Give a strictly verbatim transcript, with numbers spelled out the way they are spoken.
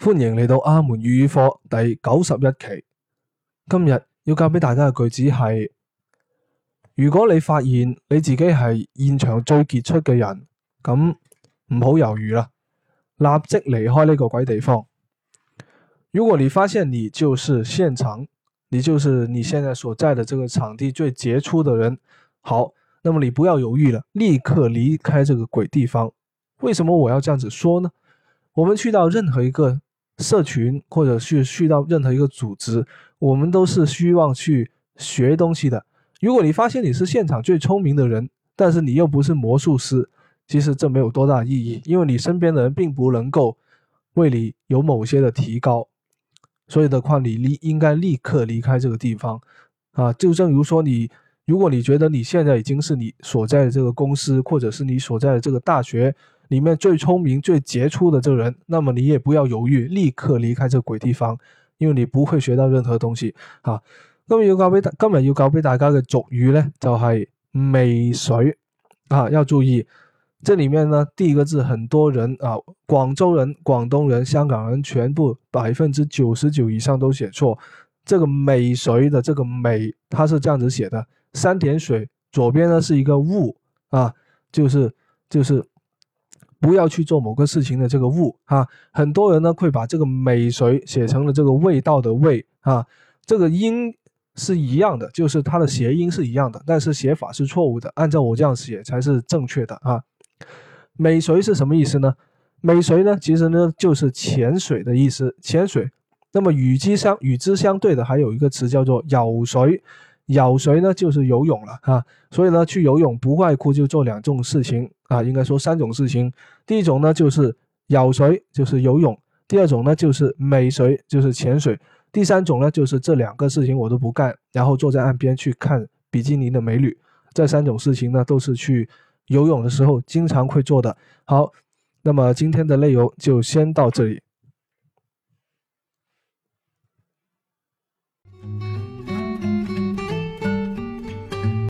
歡迎嚟到阿門粵語課第九十一期。今日要教俾大家嘅句子係：如果你發現你自己係現場最傑出嘅人，咁唔好猶豫啦，立即離開呢個鬼地方。如果你發現你就是現場，你就是你現在所在的這個場地最傑出的人，好，那麼你不要猶豫了，立刻離開這個鬼地方。為什麼我要這樣子說呢？我們去到任何一個社群，或者是去到任何一個組織，我們都是希望去學東西的。如果你發現你是現場最聰明的人，但是你又不是魔術師，其實這沒有多大意義，因為你身邊的人並不能夠為你有某些的提高。所以的話，你立應該立刻離開這個地方啊！就正如說你，如果你覺得你現在已經是你所在的這個公司，或者是你所在的這個大學裏面最聰明、最傑出的這個人，那麼你也不要猶豫，立刻離開這個鬼地方，因為你不會學到任何東西啊！今日要教俾今日要教俾大家嘅俗語呢，就係尾水啊，要注意，這裏面呢，第一個字很多人啊，廣州人、廣東人、香港人，全部百分之九十九以上都寫錯。這個尾水的這個尾，它是這樣子寫的，三點水，左邊呢是一個霧啊，就是就是不要去做某個事情的這個霧啊。很多人呢會把這個尾水寫成了這個味道的味啊，這個音是一樣的，就是它的諧音是一樣的，但是寫法是錯誤的，按照我這樣寫才是正確的啊。尾水是什麼意思呢？尾水呢其實呢就是潛水的意思，潛水。那麼與之相與之相對的還有一個詞叫做游水，游水呢就是游泳了啊。所以呢去游泳不外乎就做兩種事情啊，應該說三種事情。第一種呢就是游水，就是游泳；第二種呢就是尾水，就是潛水；第三種呢就是這兩個事情我都不幹，然後坐在岸邊去看比基尼的美女。這三種事情呢都是去游泳的時候經常會做的。好，那麼今天的內容就先到這裡。